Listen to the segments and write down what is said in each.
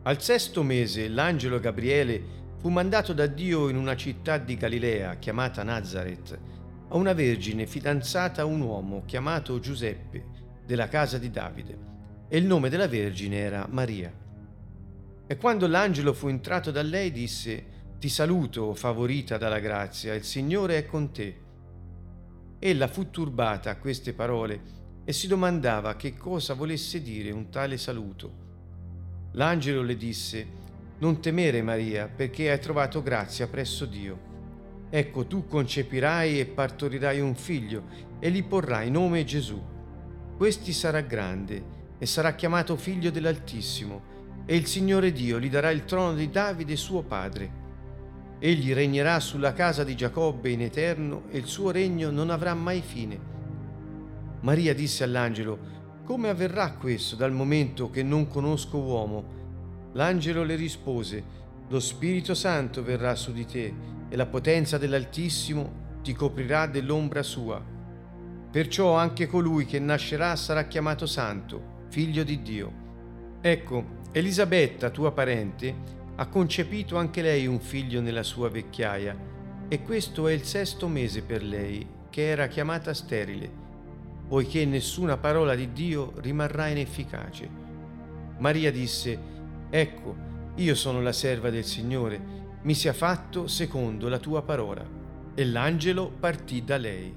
Al sesto mese l'angelo Gabriele fu mandato da Dio in una città di Galilea chiamata Nazaret, a una vergine fidanzata a un uomo chiamato Giuseppe, della casa di Davide, e il nome della vergine era Maria. E quando l'angelo fu entrato da lei disse: «Ti saluto, favorita dalla grazia, il Signore è con te». Ella fu turbata a queste parole e si domandava che cosa volesse dire un tale saluto. L'angelo le disse: «Non temere, Maria, perché hai trovato grazia presso Dio. Ecco, tu concepirai e partorirai un figlio e gli porrai nome Gesù. Questi sarà grande e sarà chiamato figlio dell'Altissimo, e il Signore Dio gli darà il trono di Davide suo padre. Egli regnerà sulla casa di Giacobbe in eterno e il suo regno non avrà mai fine». Maria disse all'angelo: «Come avverrà questo dal momento che non conosco uomo?» L'angelo le rispose: «Lo Spirito Santo verrà su di te e la potenza dell'Altissimo ti coprirà dell'ombra sua. Perciò anche colui che nascerà sarà chiamato Santo, figlio di Dio. Ecco, Elisabetta, tua parente, ha concepito anche lei un figlio nella sua vecchiaia, e questo è il sesto mese per lei, che era chiamata sterile, poiché nessuna parola di Dio rimarrà inefficace». Maria disse: «Ecco, io sono la serva del Signore, mi sia fatto secondo la tua parola». E l'angelo partì da lei.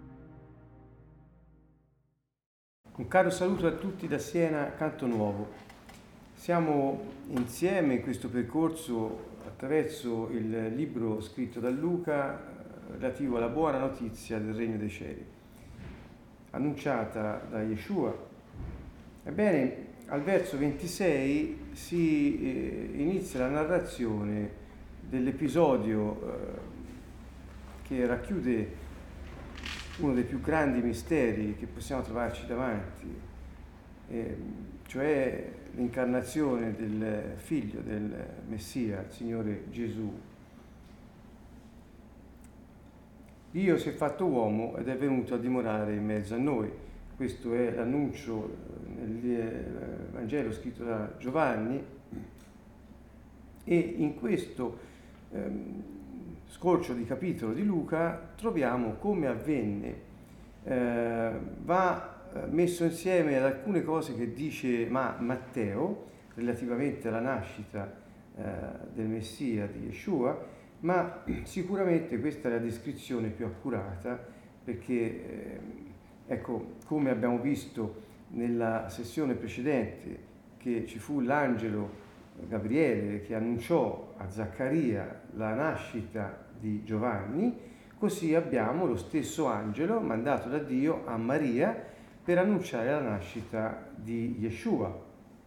Un caro saluto a tutti da Siena, Canto Nuovo. Siamo insieme in questo percorso attraverso il libro scritto da Luca relativo alla buona notizia del Regno dei Cieli, annunciata da Yeshua. Ebbene, al verso 26 si inizia la narrazione dell'episodio che racchiude uno dei più grandi misteri che possiamo trovarci davanti, cioè l'incarnazione del figlio del Messia, il Signore Gesù. Dio si è fatto uomo ed è venuto a dimorare in mezzo a noi. Questo è l'annuncio nel Vangelo scritto da Giovanni, e in questo scorcio di capitolo di Luca troviamo come avvenne. Va messo insieme ad alcune cose che dice Matteo relativamente alla nascita del Messia, di Yeshua, ma sicuramente questa è la descrizione più accurata, perché ecco, come abbiamo visto nella sessione precedente, che ci fu l'angelo Gabriele che annunciò a Zaccaria la nascita di Giovanni, così abbiamo lo stesso angelo mandato da Dio a Maria per annunciare la nascita di Yeshua.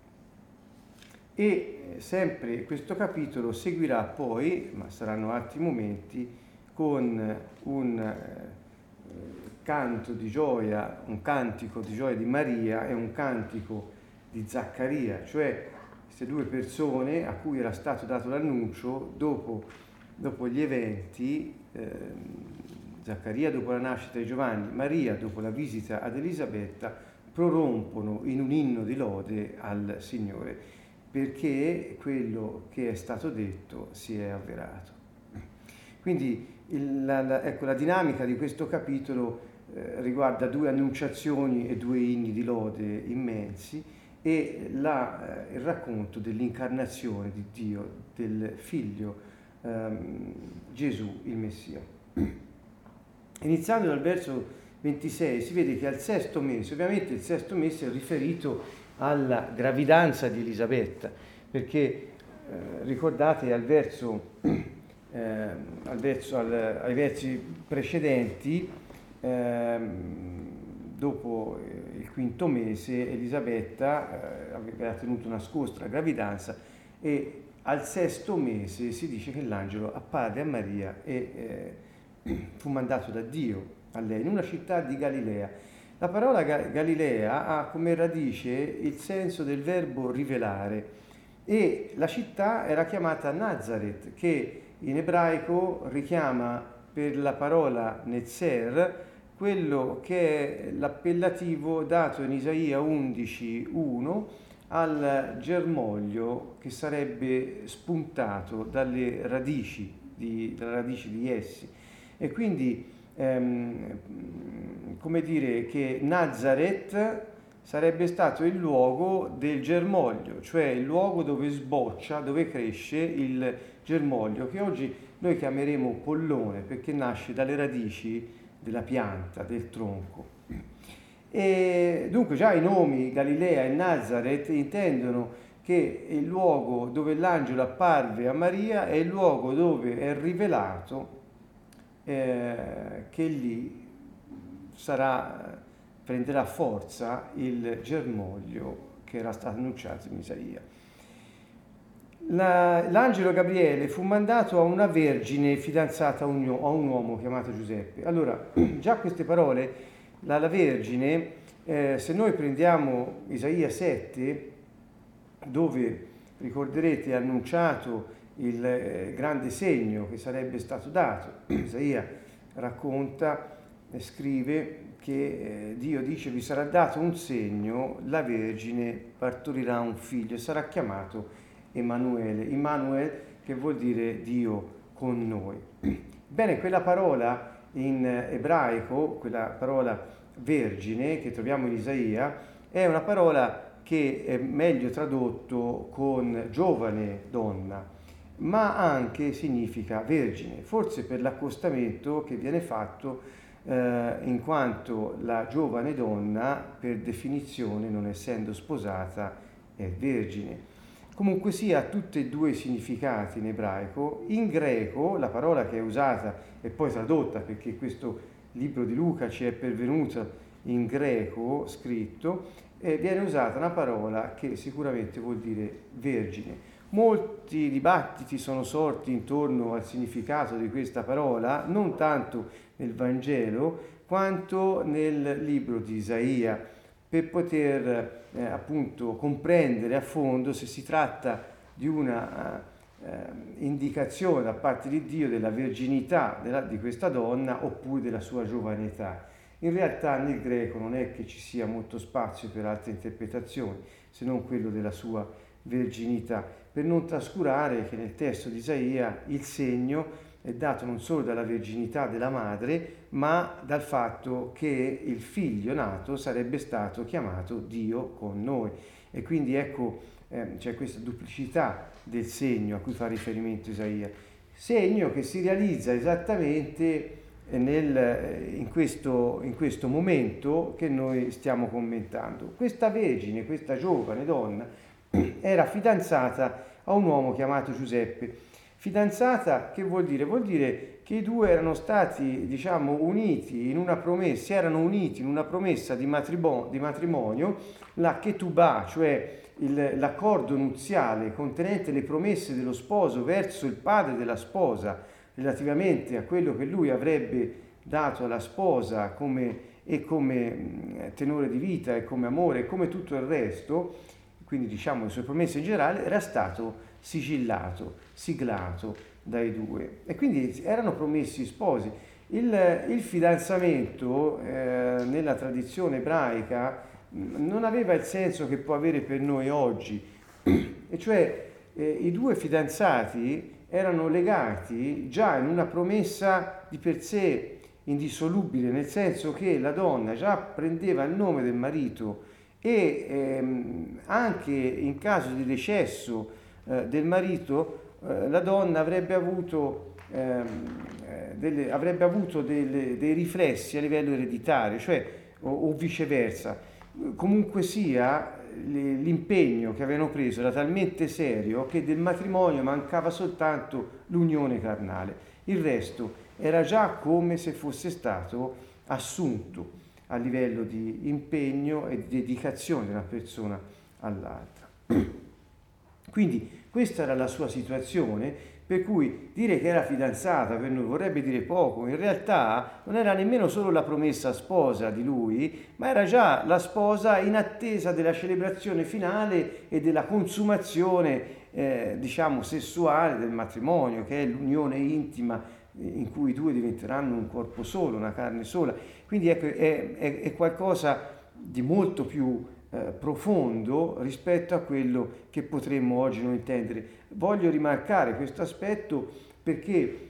E sempre questo capitolo seguirà poi, ma saranno altri momenti, con un canto di gioia, un cantico di gioia di Maria e un cantico di Zaccaria, cioè queste due persone a cui era stato dato l'annuncio dopo gli eventi, Zaccaria dopo la nascita di Giovanni, Maria dopo la visita ad Elisabetta, prorompono in un inno di lode al Signore, perché quello che è stato detto si è avverato. Quindi la dinamica di questo capitolo riguarda due annunciazioni e due inni di lode immensi, e il racconto dell'incarnazione di Dio, del figlio Gesù, il Messia. Iniziando dal verso 26 si vede che al sesto mese, ovviamente il sesto mese è riferito alla gravidanza di Elisabetta, perché ricordate ai versi precedenti, dopo il quinto mese Elisabetta aveva tenuto nascosta la gravidanza, e al sesto mese si dice che l'angelo apparve a Maria e fu mandato da Dio a lei in una città di Galilea. La parola Galilea ha come radice il senso del verbo rivelare, e la città era chiamata Nazaret, che in ebraico richiama per la parola Netzer quello che è l'appellativo dato in Isaia 11:1 al germoglio che sarebbe spuntato dalle radici di essi. E quindi come dire che Nazareth sarebbe stato il luogo del germoglio, cioè il luogo dove sboccia, dove cresce il germoglio, che oggi noi chiameremo pollone, perché nasce dalle radici della pianta, del tronco. E dunque già i nomi Galilea e Nazareth intendono che il luogo dove l'angelo apparve a Maria è il luogo dove è rivelato che lì prenderà forza il germoglio che era stato annunciato in Isaia. L'angelo Gabriele fu mandato a una vergine fidanzata a un uomo chiamato Giuseppe. Allora, già queste parole, la vergine, se noi prendiamo Isaia 7, dove ricorderete è annunciato il grande segno che sarebbe stato dato, Isaia racconta e scrive che Dio dice: vi sarà dato un segno, la vergine partorirà un figlio e sarà chiamato Emanuele, che vuol dire Dio con noi. Bene, quella parola in ebraico, quella parola vergine che troviamo in Isaia, è una parola che è meglio tradotto con giovane donna, ma anche significa vergine, forse per l'accostamento che viene fatto in quanto la giovane donna, per definizione, non essendo sposata, è vergine. Comunque sia, ha tutti e due i significati in ebraico. In greco, la parola che è usata e poi tradotta, perché questo libro di Luca ci è pervenuto in greco scritto, viene usata una parola che sicuramente vuol dire vergine. Molti dibattiti sono sorti intorno al significato di questa parola, non tanto nel Vangelo quanto nel libro di Isaia, per poter appunto comprendere a fondo se si tratta di una indicazione da parte di Dio della verginità di questa donna oppure della sua giovane età. In realtà nel greco non è che ci sia molto spazio per altre interpretazioni, se non quello della sua verginità, per non trascurare che nel testo di Isaia il segno è dato non solo dalla verginità della madre, ma dal fatto che il figlio nato sarebbe stato chiamato Dio con noi. E quindi ecco, c'è questa duplicità del segno a cui fa riferimento Isaia, segno che si realizza esattamente in questo momento che noi stiamo commentando. Questa vergine, questa giovane donna, era fidanzata a un uomo chiamato Giuseppe. Fidanzata che vuol dire? Vuol dire che i due erano stati, uniti in una promessa, si erano uniti in una promessa di matrimonio, la ketubah, cioè l'accordo nuziale contenente le promesse dello sposo verso il padre della sposa relativamente a quello che lui avrebbe dato alla sposa come tenore di vita e come amore e come tutto il resto, quindi le sue promesse in generale, era stato siglato dai due. E quindi erano promessi sposi. Il fidanzamento nella tradizione ebraica non aveva il senso che può avere per noi oggi, e cioè i due fidanzati erano legati già in una promessa di per sé indissolubile, nel senso che la donna già prendeva il nome del marito e anche in caso di decesso del marito la donna avrebbe avuto dei riflessi a livello ereditario, cioè o viceversa. Comunque sia, l'impegno che avevano preso era talmente serio che del matrimonio mancava soltanto l'unione carnale. Il resto era già come se fosse stato assunto a livello di impegno e di dedicazione di una persona all'altra. Quindi questa era la sua situazione, per cui dire che era fidanzata per noi vorrebbe dire poco. In realtà non era nemmeno solo la promessa sposa di lui, ma era già la sposa in attesa della celebrazione finale e della consumazione sessuale del matrimonio, che è l'unione intima in cui i due diventeranno un corpo solo, una carne sola. Quindi ecco, è qualcosa di molto più profondo rispetto a quello che potremmo oggi non intendere. Voglio rimarcare questo aspetto perché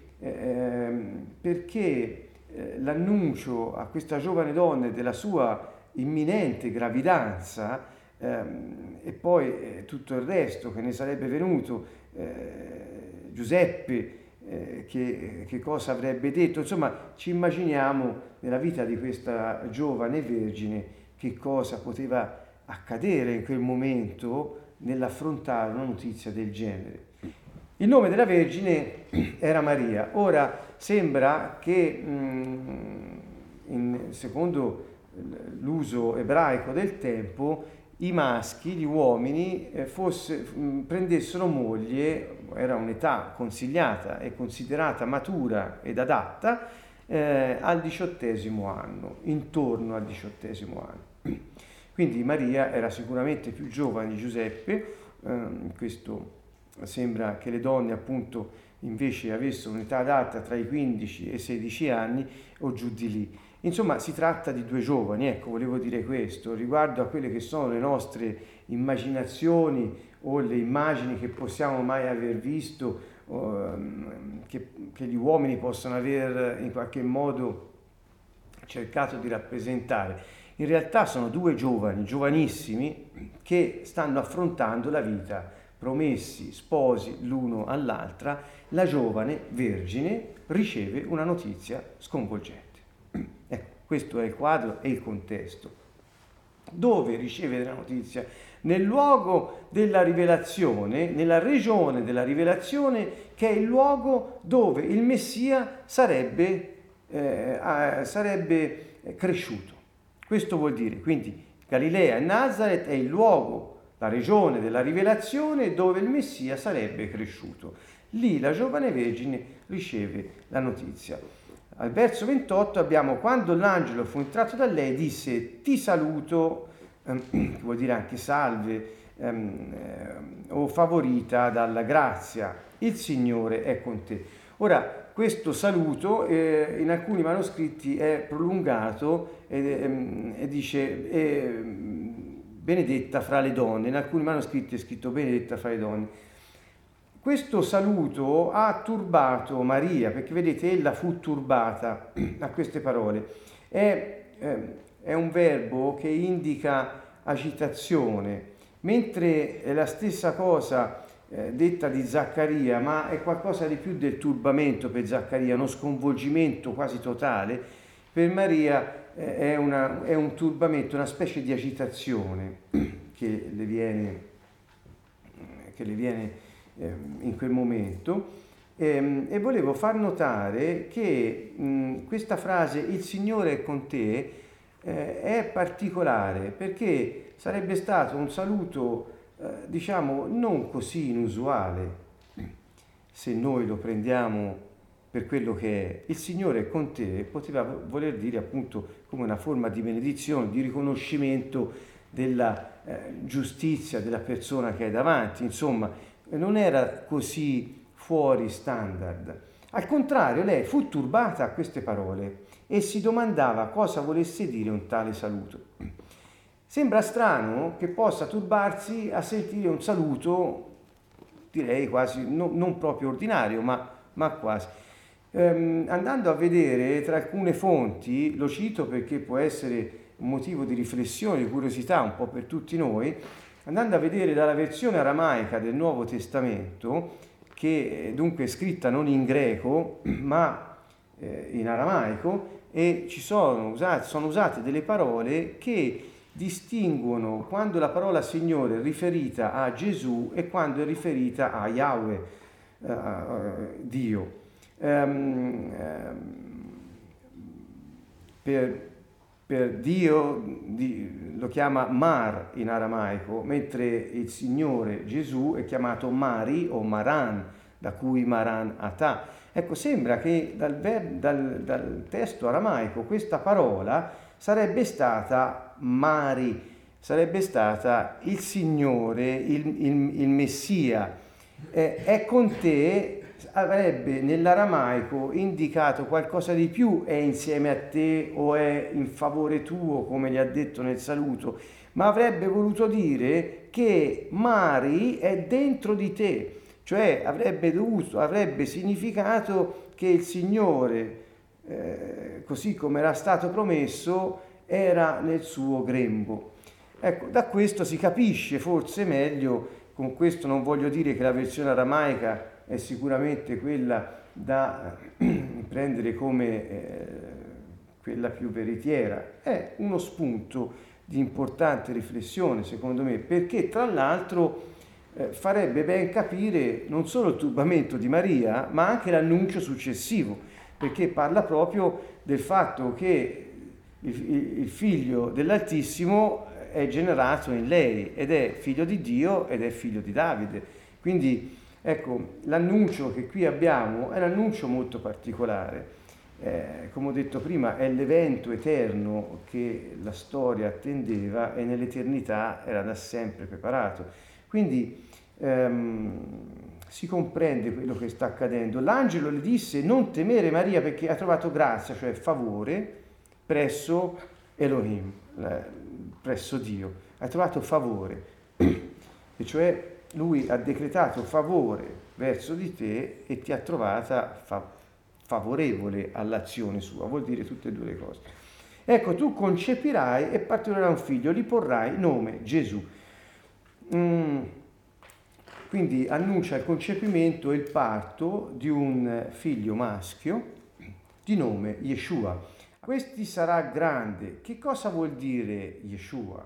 l'annuncio a questa giovane donna della sua imminente gravidanza e poi tutto il resto che ne sarebbe venuto, Giuseppe che cosa avrebbe detto, insomma ci immaginiamo nella vita di questa giovane vergine che cosa poteva accadere in quel momento nell'affrontare una notizia del genere. Il nome della Vergine era Maria. Ora sembra che, secondo l'uso ebraico del tempo, i maschi, gli uomini, prendessero moglie, era un'età consigliata e considerata matura ed adatta, al 18° anno, intorno al 18° anno. Quindi Maria era sicuramente più giovane di Giuseppe, questo sembra che le donne appunto invece avessero un'età adatta tra i 15 e i 16 anni o giù di lì. Insomma si tratta di due giovani, ecco, volevo dire questo, riguardo a quelle che sono le nostre immaginazioni o le immagini che possiamo mai aver visto, che gli uomini possono aver in qualche modo cercato di rappresentare. In realtà sono due giovani, giovanissimi, che stanno affrontando la vita, promessi, sposi l'uno all'altra. La giovane vergine riceve una notizia sconvolgente. Ecco, questo è il quadro e il contesto. Dove riceve la notizia? Nel luogo della rivelazione, nella regione della rivelazione, che è il luogo dove il Messia sarebbe cresciuto. Questo vuol dire, quindi, Galilea e Nazaret è il luogo, la regione della rivelazione dove il Messia sarebbe cresciuto. Lì la giovane vergine riceve la notizia. Al verso 28 abbiamo: quando l'angelo fu entrato da lei disse: ti saluto, che vuol dire anche salve, o favorita dalla grazia, il Signore è con te. Ora, questo saluto in alcuni manoscritti è prolungato e dice benedetta fra le donne, in alcuni manoscritti è scritto benedetta fra le donne. Questo saluto ha turbato Maria, perché vedete, ella fu turbata a queste parole. È un verbo che indica agitazione, mentre è la stessa cosa detta di Zaccaria, ma è qualcosa di più del turbamento per Zaccaria, uno sconvolgimento quasi totale. Per Maria è un turbamento, una specie di agitazione che le viene in quel momento, e volevo far notare che questa frase il Signore è con te è particolare, perché sarebbe stato un saluto diciamo non così inusuale se noi lo prendiamo per quello che è. Il Signore è con te poteva voler dire appunto come una forma di benedizione, di riconoscimento della giustizia della persona che hai davanti, insomma non era così fuori standard. Al contrario, lei fu turbata a queste parole e si domandava cosa volesse dire un tale saluto. Sembra strano che possa turbarsi a sentire un saluto, direi quasi non proprio ordinario, ma quasi. Andando a vedere tra alcune fonti, lo cito perché può essere un motivo di riflessione, di curiosità un po' per tutti noi, andando a vedere dalla versione aramaica del Nuovo Testamento, che dunque è scritta non in greco ma in aramaico, e sono usate delle parole che distinguono quando la parola Signore è riferita a Gesù e quando è riferita a Yahweh, Dio. Per Dio lo chiama Mar in aramaico, mentre il Signore Gesù è chiamato Mari o Maran, da cui Maran Atah. Ecco, sembra che dal testo aramaico questa parola sarebbe stata Mari, sarebbe stata il Signore, il Messia. È con te, avrebbe nell'aramaico indicato qualcosa di più, è insieme a te o è in favore tuo, come gli ha detto nel saluto, ma avrebbe voluto dire che Mari è dentro di te, cioè avrebbe significato che il Signore, così come era stato promesso, era nel suo grembo. Ecco, da questo si capisce forse meglio. Con questo non voglio dire che la versione aramaica è sicuramente quella da prendere come quella più veritiera, è uno spunto di importante riflessione secondo me, perché tra l'altro farebbe ben capire non solo il turbamento di Maria, ma anche l'annuncio successivo, perché parla proprio del fatto che il figlio dell'Altissimo è generato in lei ed è figlio di Dio ed è figlio di Davide. Quindi ecco, l'annuncio che qui abbiamo è un annuncio molto particolare. Come ho detto prima, è l'evento eterno che la storia attendeva e nell'eternità era da sempre preparato. Quindi si comprende quello che sta accadendo. L'angelo le disse: non temere Maria, perché ha trovato grazia, cioè favore, presso Elohim, presso Dio. Ha trovato favore, e cioè lui ha decretato favore verso di te e ti ha trovata favorevole all'azione sua, vuol dire tutte e due le cose. Ecco, tu concepirai e partorirai un figlio, gli porrai nome Gesù. Quindi annuncia il concepimento e il parto di un figlio maschio di nome Yeshua. Questi sarà grande. Che cosa vuol dire Yeshua?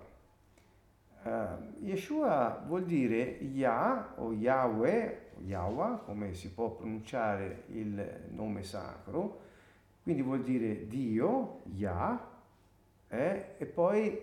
Yeshua vuol dire Yah o Yahweh, o Yahweh, come si può pronunciare il nome sacro, quindi vuol dire Dio, Yah, e poi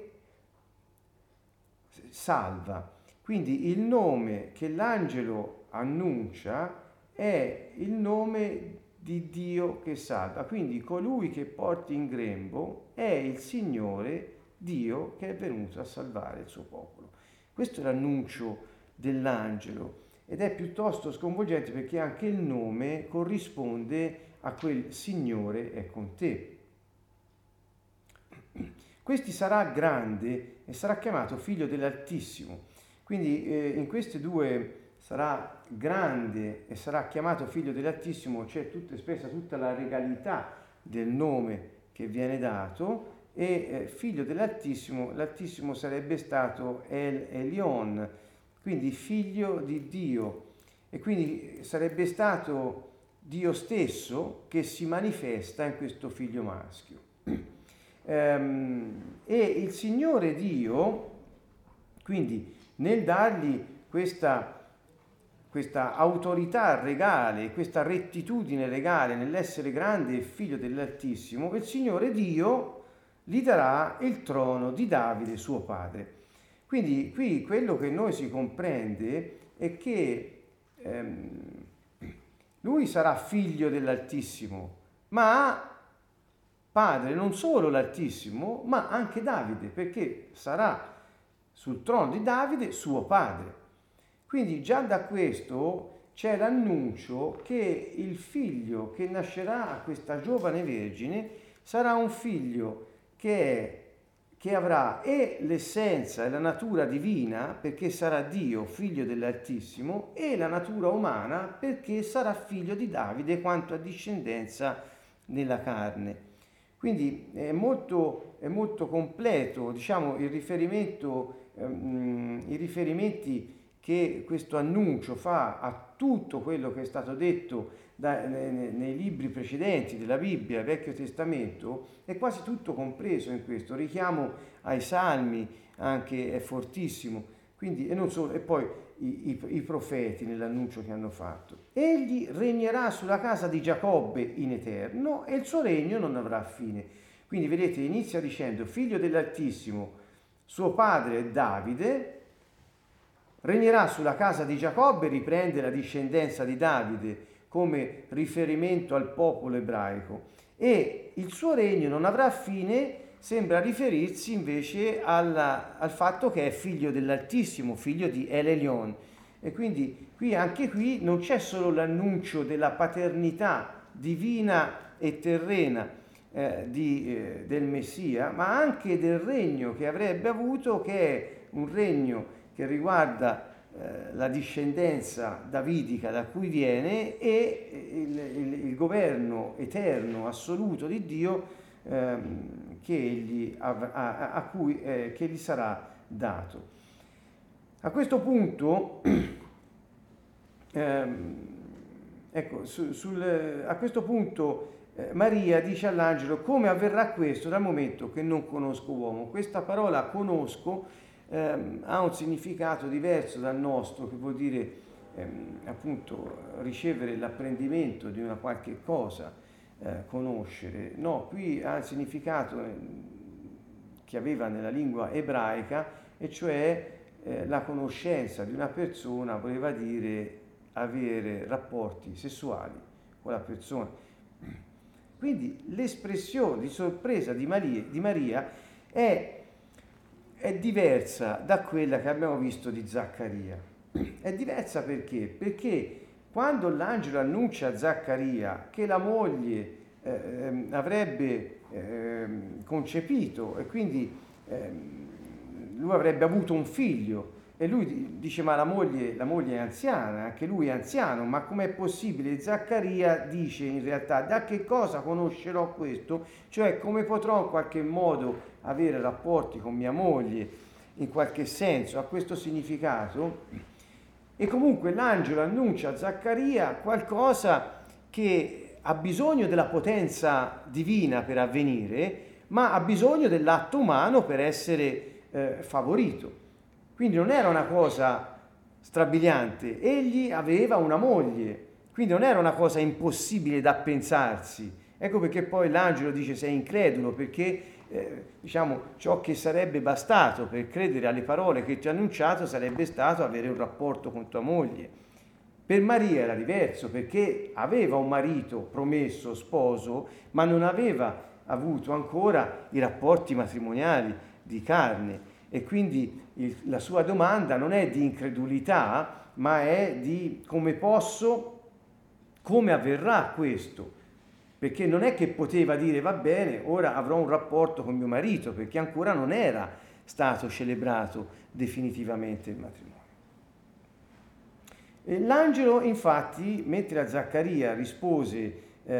salva. Quindi il nome che l'angelo annuncia è il nome di Dio che salva. Quindi colui che porti in grembo è il Signore Dio che è venuto a salvare il suo popolo. Questo è l'annuncio dell'angelo ed è piuttosto sconvolgente perché anche il nome corrisponde a quel Signore è con te. Questi sarà grande e sarà chiamato figlio dell'Altissimo. Quindi in queste due sarà grande e sarà chiamato figlio dell'Altissimo, c'è espressa tutta la regalità del nome che viene dato, e figlio dell'Altissimo, l'Altissimo sarebbe stato El Elyon, quindi figlio di Dio, e quindi sarebbe stato Dio stesso che si manifesta in questo figlio maschio. E il Signore Dio, quindi nel dargli questa autorità regale, questa rettitudine regale nell'essere grande e figlio dell'Altissimo, il Signore Dio gli darà il trono di Davide suo padre. Quindi qui quello che noi si comprende è che lui sarà figlio dell'Altissimo, ma padre non solo l'Altissimo, ma anche Davide, perché sarà sul trono di Davide suo padre. Quindi già da questo c'è l'annuncio che il figlio che nascerà a questa giovane vergine sarà un figlio che avrà e l'essenza e la natura divina, perché sarà Dio, figlio dell'Altissimo, e la natura umana, perché sarà figlio di Davide quanto a discendenza nella carne. Quindi è molto completo, diciamo, i riferimenti che questo annuncio fa a tutto quello che è stato detto nei libri precedenti della Bibbia, il Vecchio Testamento, è quasi tutto compreso in questo. Richiamo ai Salmi anche è fortissimo, quindi, e non solo, e poi i profeti nell'annuncio che hanno fatto. Egli regnerà sulla casa di Giacobbe in eterno e il suo regno non avrà fine. Quindi vedete, inizia dicendo figlio dell'Altissimo, suo padre è Davide, regnerà sulla casa di Giacobbe, riprende la discendenza di Davide come riferimento al popolo ebraico, e il suo regno non avrà fine, sembra riferirsi invece al fatto che è figlio dell'Altissimo, figlio di El Elyon. E quindi anche qui non c'è solo l'annuncio della paternità divina e terrena del Messia, ma anche del regno che avrebbe avuto, che è un regno che riguarda la discendenza davidica da cui viene e il governo eterno, assoluto di Dio che gli sarà dato. A questo punto, a questo punto Maria dice all'angelo: come avverrà questo dal momento che non conosco uomo? Questa parola conosco ha un significato diverso dal nostro, che vuol dire appunto ricevere l'apprendimento di una qualche cosa, conoscere. No, qui ha il significato che aveva nella lingua ebraica, e cioè la conoscenza di una persona voleva dire avere rapporti sessuali con la persona. Quindi l'espressione di sorpresa di Maria è diversa da quella che abbiamo visto di Zaccaria. È diversa perché? Perché quando l'angelo annuncia a Zaccaria che la moglie avrebbe concepito e quindi lui avrebbe avuto un figlio, e lui dice: ma la moglie è anziana, anche lui è anziano, ma com'è possibile? Zaccaria dice in realtà: da che cosa conoscerò questo? Cioè, come potrò in qualche modo avere rapporti con mia moglie? In qualche senso ha questo significato. E comunque l'angelo annuncia a Zaccaria qualcosa che ha bisogno della potenza divina per avvenire, ma ha bisogno dell'atto umano per essere favorito. Quindi non era una cosa strabiliante, egli aveva una moglie, quindi non era una cosa impossibile da pensarsi. Ecco perché poi l'angelo dice: sei incredulo, perché ciò che sarebbe bastato per credere alle parole che ti ho annunciato sarebbe stato avere un rapporto con tua moglie. Per Maria era diverso, perché aveva un marito promesso, sposo, ma non aveva avuto ancora i rapporti matrimoniali di carne, e quindi la sua domanda non è di incredulità, ma è di come avverrà questo, perché non è che poteva dire: va bene, ora avrò un rapporto con mio marito, perché ancora non era stato celebrato definitivamente il matrimonio. E l'angelo infatti, mentre a Zaccaria rispose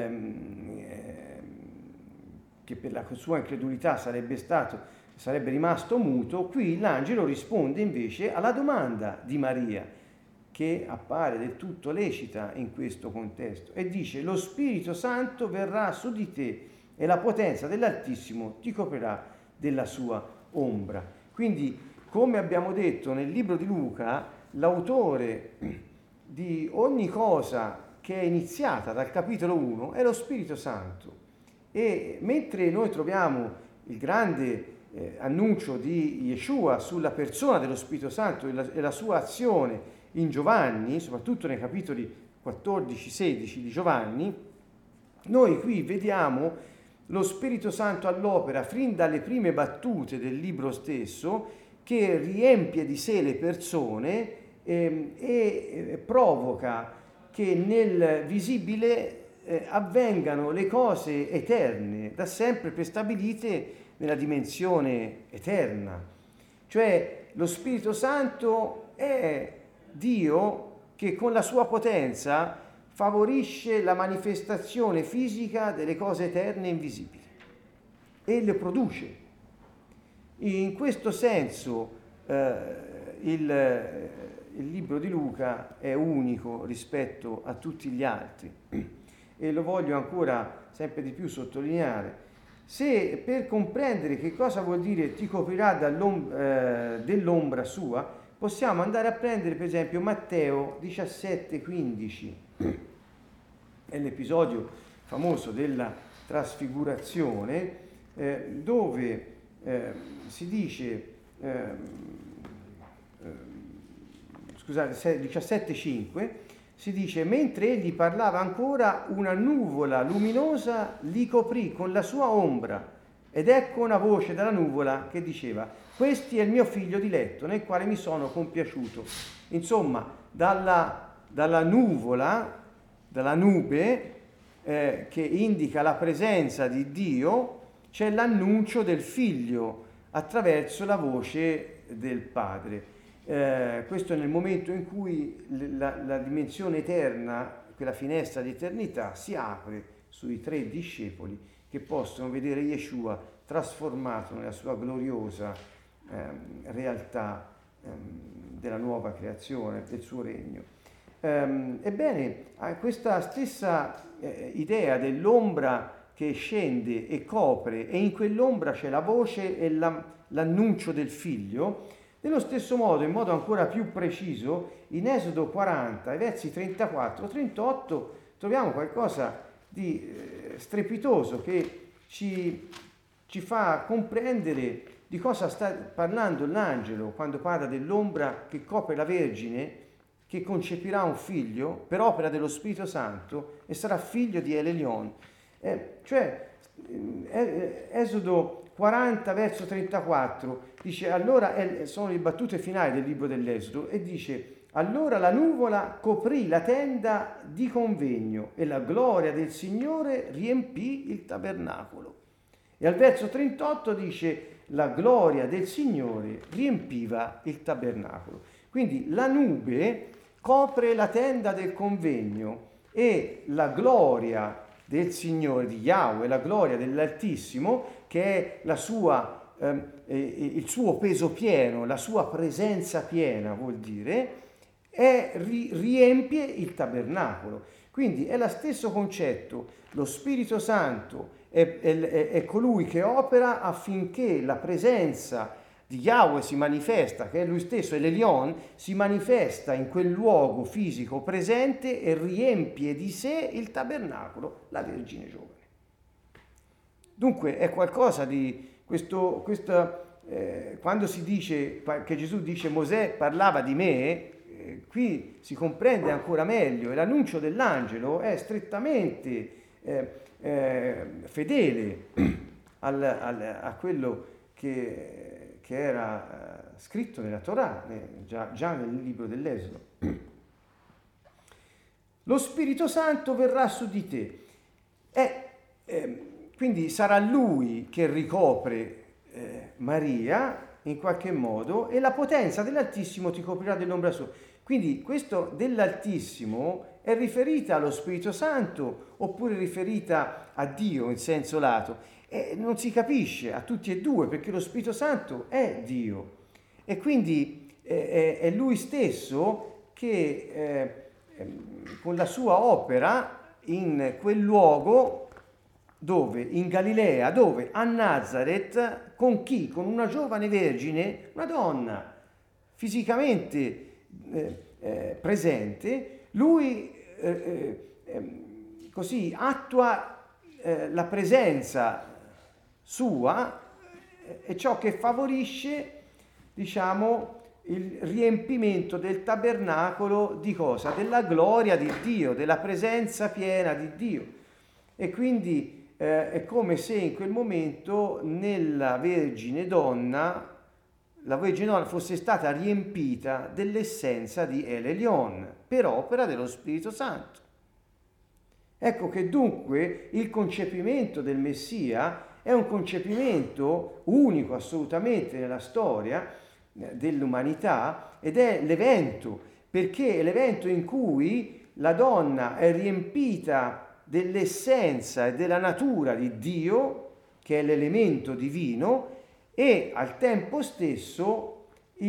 che per la sua incredulità sarebbe rimasto muto, qui l'angelo risponde invece alla domanda di Maria, che appare del tutto lecita in questo contesto, e dice: lo Spirito Santo verrà su di te e la potenza dell'Altissimo ti coprirà della sua ombra. Quindi, come abbiamo detto nel libro di Luca, l'autore di ogni cosa che è iniziata dal capitolo 1 è lo Spirito Santo. E mentre noi troviamo il grande annuncio di Yeshua sulla persona dello Spirito Santo e la sua azione in Giovanni, soprattutto nei capitoli 14-16 di Giovanni, noi qui vediamo lo Spirito Santo all'opera fin dalle prime battute del libro stesso, che riempie di sé le persone e provoca che nel visibile avvengano le cose eterne, da sempre prestabilite nella dimensione eterna. Cioè, lo Spirito Santo è Dio che con la sua potenza favorisce la manifestazione fisica delle cose eterne e invisibili e le produce. In questo senso il libro di Luca è unico rispetto a tutti gli altri, e lo voglio ancora sempre di più sottolineare. Se per comprendere che cosa vuol dire ti coprirà dell'ombra sua, possiamo andare a prendere per esempio Matteo 17,15, è l'episodio famoso della trasfigurazione, dove si dice, scusate, 17,5, si dice: mentre egli parlava ancora, una nuvola luminosa li coprì con la sua ombra, ed ecco una voce dalla nuvola che diceva: questi è il mio figlio diletto, nel quale mi sono compiaciuto. Insomma, dalla nuvola, dalla nube, che indica la presenza di Dio, c'è l'annuncio del figlio attraverso la voce del padre. Questo è nel momento in cui la dimensione eterna, quella finestra di eternità, si apre sui 3 discepoli che possono vedere Yeshua trasformato nella sua gloriosa realtà della nuova creazione, del suo regno. Ebbene, questa stessa idea dell'ombra che scende e copre, e in quell'ombra c'è la voce e l'annuncio del figlio, nello stesso modo, in modo ancora più preciso, in Esodo 40, ai versi 34-38, troviamo qualcosa di strepitoso che ci fa comprendere di cosa sta parlando l'angelo quando parla dell'ombra che copre la Vergine, che concepirà un figlio per opera dello Spirito Santo e sarà figlio di El Elyon. Esodo 40 verso 34 dice, allora sono le battute finali del libro dell'Esodo, e dice: allora la nuvola coprì la tenda di convegno e la gloria del Signore riempì il tabernacolo. E al verso 38 dice: la gloria del Signore riempiva il tabernacolo. Quindi la nube copre la tenda del convegno e la gloria del Signore, di Yahweh, la gloria dell'Altissimo, che è la sua, il suo peso pieno, la sua presenza piena, vuol dire, riempie il tabernacolo. Quindi è lo stesso concetto. Lo Spirito Santo è colui che opera affinché la presenza di Yahweh si manifesta, che è lui stesso, è l'Elion, si manifesta in quel luogo fisico presente e riempie di sé il tabernacolo, la Vergine giovane. Dunque è qualcosa di quando si dice che Gesù dice Mosè parlava di me, qui si comprende ancora meglio, e l'annuncio dell'angelo è strettamente fedele a quello che era scritto nella Torah, già nel libro dell'Esodo. Lo Spirito Santo verrà su di te, quindi sarà lui che ricopre Maria in qualche modo, e la potenza dell'Altissimo ti coprirà dell'ombra sua. Quindi questo dell'Altissimo è riferita allo Spirito Santo oppure riferita a Dio in senso lato? Non si capisce a tutti e due, perché lo Spirito Santo è Dio e quindi è lui stesso che con la sua opera in quel luogo, dove? In Galilea, dove? A Nazareth. Con chi? Con una giovane vergine, una donna fisicamente presente. Lui così attua la presenza sua, è ciò che favorisce, diciamo, il riempimento del tabernacolo di cosa? Della gloria di Dio, della presenza piena di Dio. E quindi è come se in quel momento nella Vergine Donna, la Vergine Donna fosse stata riempita dell'essenza di El Elyon per opera dello Spirito Santo. Ecco che dunque il concepimento del Messia è un concepimento unico assolutamente nella storia dell'umanità, ed è l'evento, perché è l'evento in cui la donna è riempita dell'essenza e della natura di Dio, che è l'elemento divino, e al tempo stesso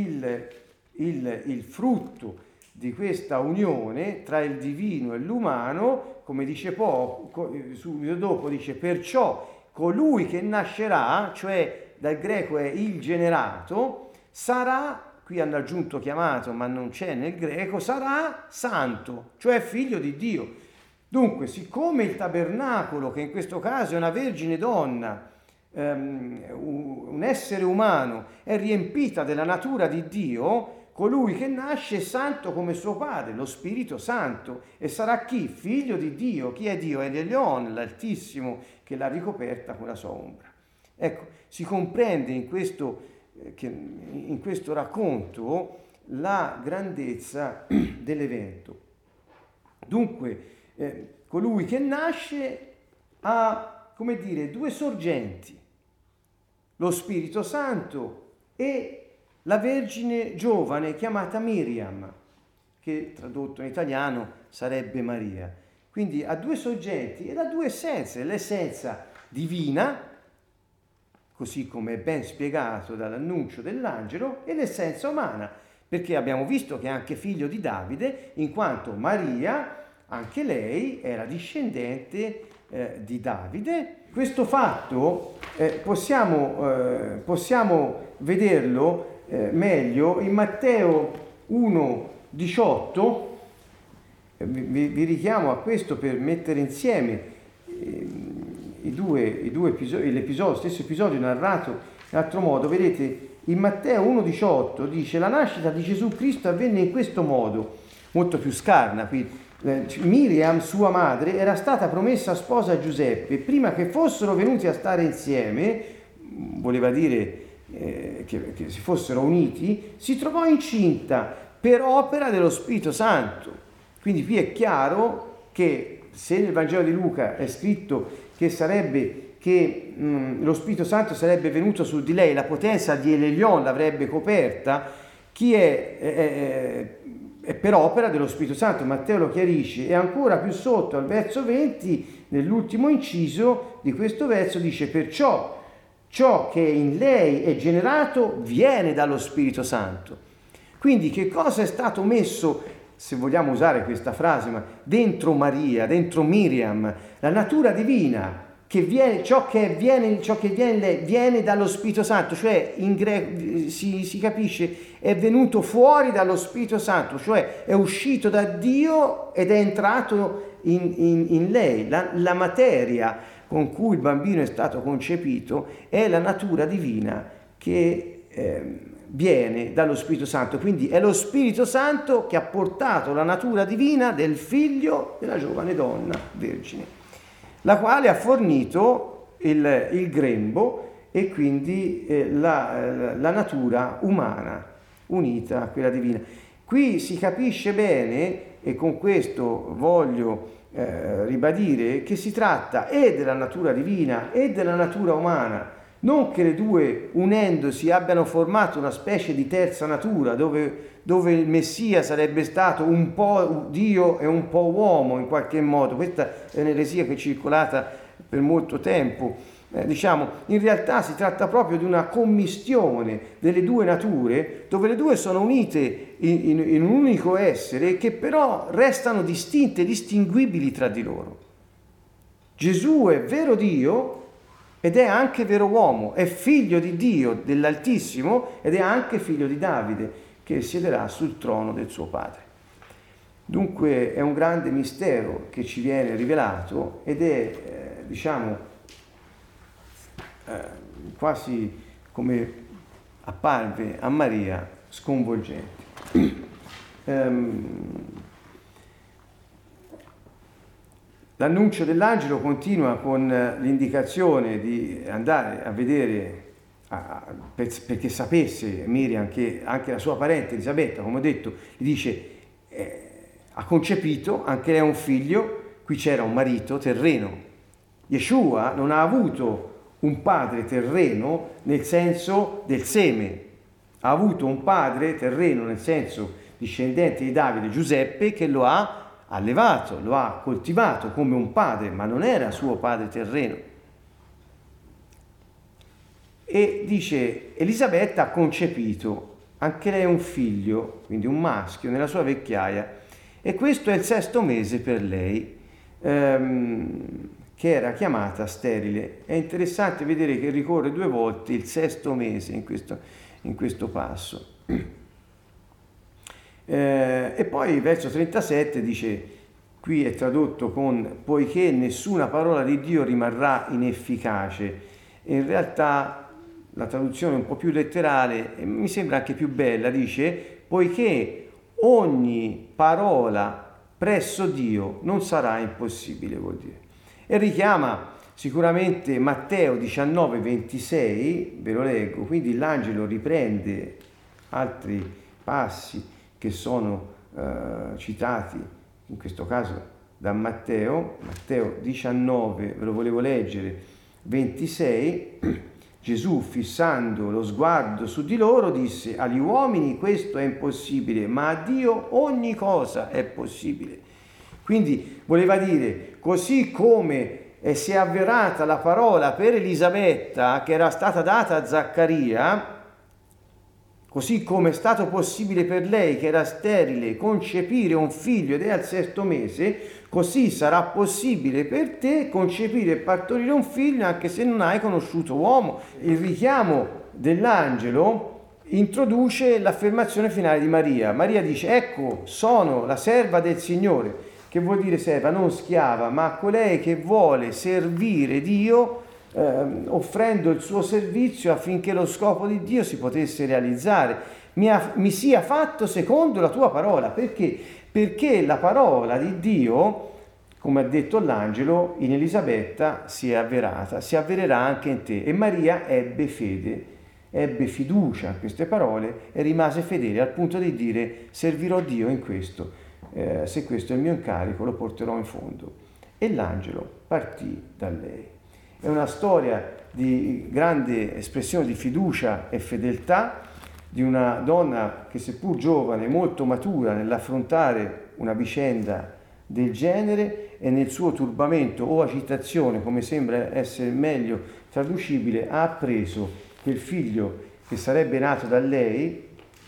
il frutto di questa unione tra il divino e l'umano, come dice subito dopo, dice: perciò colui che nascerà, cioè dal greco è il generato, sarà, qui hanno aggiunto chiamato ma non c'è nel greco, sarà santo, cioè figlio di Dio. Dunque, siccome il tabernacolo, che in questo caso è una vergine donna, un essere umano, è riempita della natura di Dio, colui che nasce è santo come suo padre, lo Spirito Santo, e sarà chi? Figlio di Dio. Chi è Dio? È l'Elion, l'Altissimo, che l'ha ricoperta con la sua ombra. Ecco, si comprende in questo racconto la grandezza dell'evento. Dunque, colui che nasce ha, come dire, due sorgenti, lo Spirito Santo e la Vergine giovane chiamata Miriam, che tradotto in italiano sarebbe Maria. Quindi ha due soggetti ed ha due essenze, l'essenza divina, così come è ben spiegato dall'annuncio dell'angelo, e l'essenza umana, perché abbiamo visto che è anche figlio di Davide, in quanto Maria, anche lei, era discendente di Davide. Questo fatto possiamo vederlo meglio in Matteo 1,18. Vi richiamo a questo per mettere insieme lo stesso episodio narrato in altro modo. Vedete, in Matteo 1,18 dice: la nascita di Gesù Cristo avvenne in questo modo, molto più scarna qui. Miriam, sua madre, era stata promessa sposa a Giuseppe. Prima che fossero venuti a stare insieme, voleva dire che si fossero uniti, si trovò incinta per opera dello Spirito Santo. Quindi qui è chiaro che se nel Vangelo di Luca è scritto che lo Spirito Santo sarebbe venuto su di lei, la potenza di Elelion l'avrebbe coperta, chi è per opera dello Spirito Santo. Matteo lo chiarisce, e ancora più sotto al verso 20, nell'ultimo inciso di questo verso, dice: perciò ciò che in lei è generato viene dallo Spirito Santo. Quindi che cosa è stato messo, se vogliamo usare questa frase, ma dentro Maria, dentro Miriam? La natura divina, ciò che viene dallo Spirito Santo, cioè in greco si capisce è venuto fuori dallo Spirito Santo, cioè è uscito da Dio ed è entrato in lei. La materia con cui il bambino è stato concepito è la natura divina che viene dallo Spirito Santo. Quindi è lo Spirito Santo che ha portato la natura divina del figlio della giovane donna vergine, la quale ha fornito il grembo e quindi la natura umana unita a quella divina. Qui si capisce bene, e con questo voglio ribadire, che si tratta e della natura divina e della natura umana, non che le due unendosi abbiano formato una specie di terza natura dove il Messia sarebbe stato un po' Dio e un po' uomo in qualche modo. Questa è un'eresia che è circolata per molto tempo. In realtà si tratta proprio di una commistione delle due nature, dove le due sono unite in un unico essere, che però restano distinte, distinguibili tra di loro. Gesù è vero Dio ed è anche vero uomo, è figlio di Dio, dell'Altissimo, ed è anche figlio di Davide, che siederà sul trono del suo padre. Dunque è un grande mistero che ci viene rivelato ed è, quasi come apparve a Maria, sconvolgente. L'annuncio dell'angelo continua con l'indicazione di andare a vedere, perché sapesse Miriam che anche la sua parente Elisabetta, come ho detto, gli dice ha concepito, anche lei un figlio, qui c'era un marito terreno. Yeshua non ha avuto un padre terreno nel senso del seme, ha avuto un padre terreno nel senso discendente di Davide, Giuseppe, che lo ha allevato, lo ha coltivato come un padre, ma non era suo padre terreno. E dice: Elisabetta ha concepito, anche lei un figlio, quindi un maschio, nella sua vecchiaia, e questo è il 6° mese per lei, che era chiamata sterile. È interessante vedere che ricorre 2 volte il 6° mese in questo passo. E poi verso 37 dice, qui è tradotto con poiché nessuna parola di Dio rimarrà inefficace. In realtà la traduzione un po' più letterale mi sembra anche più bella, dice poiché ogni parola presso Dio non sarà impossibile, vuol dire. E richiama Sicuramente Matteo 19, 26, ve lo leggo, quindi l'angelo riprende altri passi che sono citati, in questo caso da Matteo 19, ve lo volevo leggere, 26, Gesù fissando lo sguardo su di loro disse: agli uomini questo è impossibile, ma a Dio ogni cosa è possibile. Quindi voleva dire, così come si è avverata la parola per Elisabetta che era stata data a Zaccaria, così come è stato possibile per lei che era sterile concepire un figlio ed è al 6° mese, così sarà possibile per te concepire e partorire un figlio anche se non hai conosciuto uomo. Il richiamo dell'angelo introduce l'affermazione finale di Maria. Maria dice: ecco, sono la serva del Signore. Che vuol dire serva? Non schiava, ma colei che vuole servire Dio offrendo il suo servizio affinché lo scopo di Dio si potesse realizzare. Mi sia fatto secondo la tua parola. Perché? Perché la parola di Dio, come ha detto l'angelo, in Elisabetta si è avverata, si avvererà anche in te. E Maria ebbe fede, ebbe fiducia a queste parole e rimase fedele al punto di dire: servirò Dio in questo, se questo è il mio incarico lo porterò in fondo. E l'angelo partì da lei. È una storia di grande espressione di fiducia e fedeltà di una donna che, seppur giovane, molto matura nell'affrontare una vicenda del genere, e nel suo turbamento o agitazione, come sembra essere meglio traducibile, ha appreso che il figlio che sarebbe nato da lei,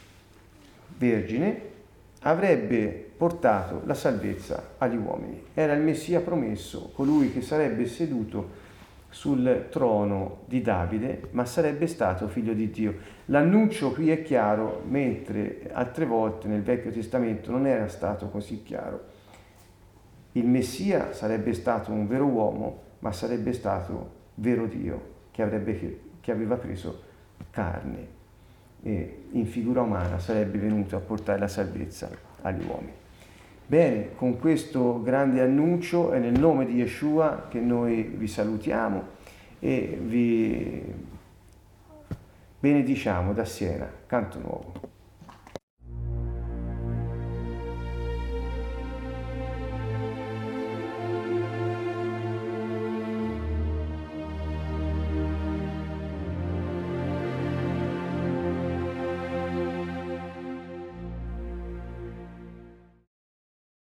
vergine, avrebbe portato la salvezza agli uomini. Era il Messia promesso, colui che sarebbe seduto sul trono di Davide, ma sarebbe stato figlio di Dio. L'annuncio qui è chiaro, mentre altre volte nel Vecchio Testamento non era stato così chiaro. Il Messia sarebbe stato un vero uomo, ma sarebbe stato vero Dio, che aveva preso carne e in figura umana sarebbe venuto a portare la salvezza agli uomini. Bene, con questo grande annuncio è nel nome di Yeshua che noi vi salutiamo e vi benediciamo da Siena, canto nuovo.